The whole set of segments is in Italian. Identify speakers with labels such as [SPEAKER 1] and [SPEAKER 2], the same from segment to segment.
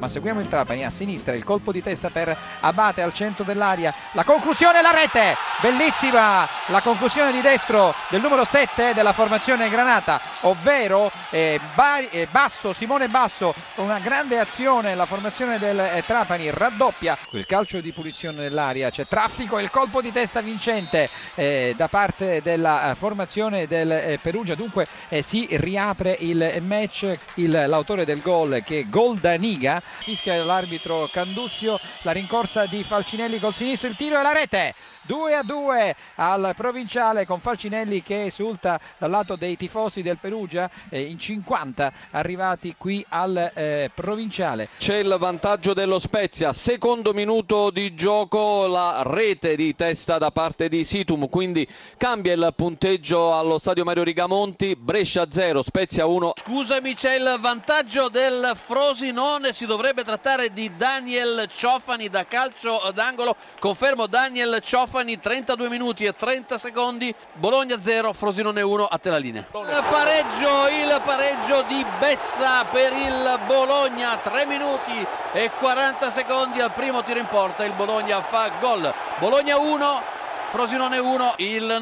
[SPEAKER 1] seguiamo il Trapani a sinistra, il colpo di testa per Abate al centro dell'area, la conclusione, la rete, bellissima la conclusione di destro del numero 7 della formazione granata, ovvero Basso, Simone Basso, con una grande azione la formazione del Trapani raddoppia il calcio di punizione nell'area, c'è traffico e il colpo di testa vincente da parte della formazione del Perugia, dunque si riapre il match, l'autore del gol che è Goldaniga, fischia l'arbitro Candussio, la rincorsa di Falcinelli col sinistro, il tiro e la rete, 2-2 al Provinciale con Falcinelli che esulta dal lato dei tifosi del Perugia, in 50 arrivati qui al Provinciale.
[SPEAKER 2] C'è il vantaggio dello Spezia, secondo minuto di gioco, la rete di testa da parte di Situm, quindi cambia il punteggio allo stadio Mario Rigamonti, Brescia 0, Spezia 1.
[SPEAKER 3] Scusami, c'è il vantaggio del Frosinone, si dovrebbe trattare di Daniel Ciofani da calcio d'angolo, confermo Daniel Ciofani, 32 minuti e 30 secondi, Bologna 0, Frosinone 1, a te la linea. Il pareggio di Bessa per il Bologna, 3 minuti e 40 secondi al primo tiro in porta, il Bologna fa gol. Bologna 1, Frosinone 1, il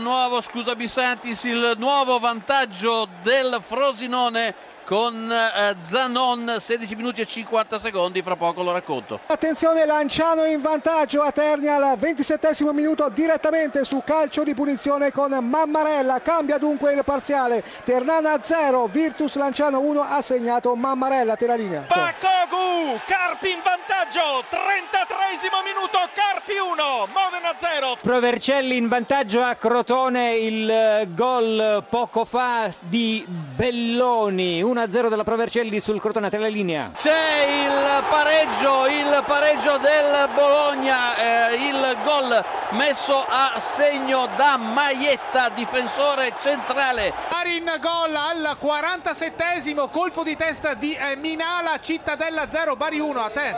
[SPEAKER 3] nuovo vantaggio del Frosinone con Zanon, 16 minuti e 50 secondi, fra poco lo racconto.
[SPEAKER 4] Attenzione, Lanciano in vantaggio a Terni al 27esimo minuto direttamente su calcio di punizione con Mammarella, cambia dunque il parziale, Ternana 0, Virtus Lanciano 1, ha segnato Mammarella, te la linea.
[SPEAKER 5] Bakogu, Carpi in vantaggio, 33esimo minuto, Carpi 1, Modena 0.
[SPEAKER 6] Provercelli in vantaggio a Crotone, il gol poco fa di Belloni, 1-0 della Provercelli sul Crotone, te la linea.
[SPEAKER 3] C'è il pareggio del Bologna, il gol messo a segno da Maietta, difensore centrale.
[SPEAKER 7] Marin gol al 47esimo, colpo di testa di Minala, Cittadella 0, Bari 1, a te.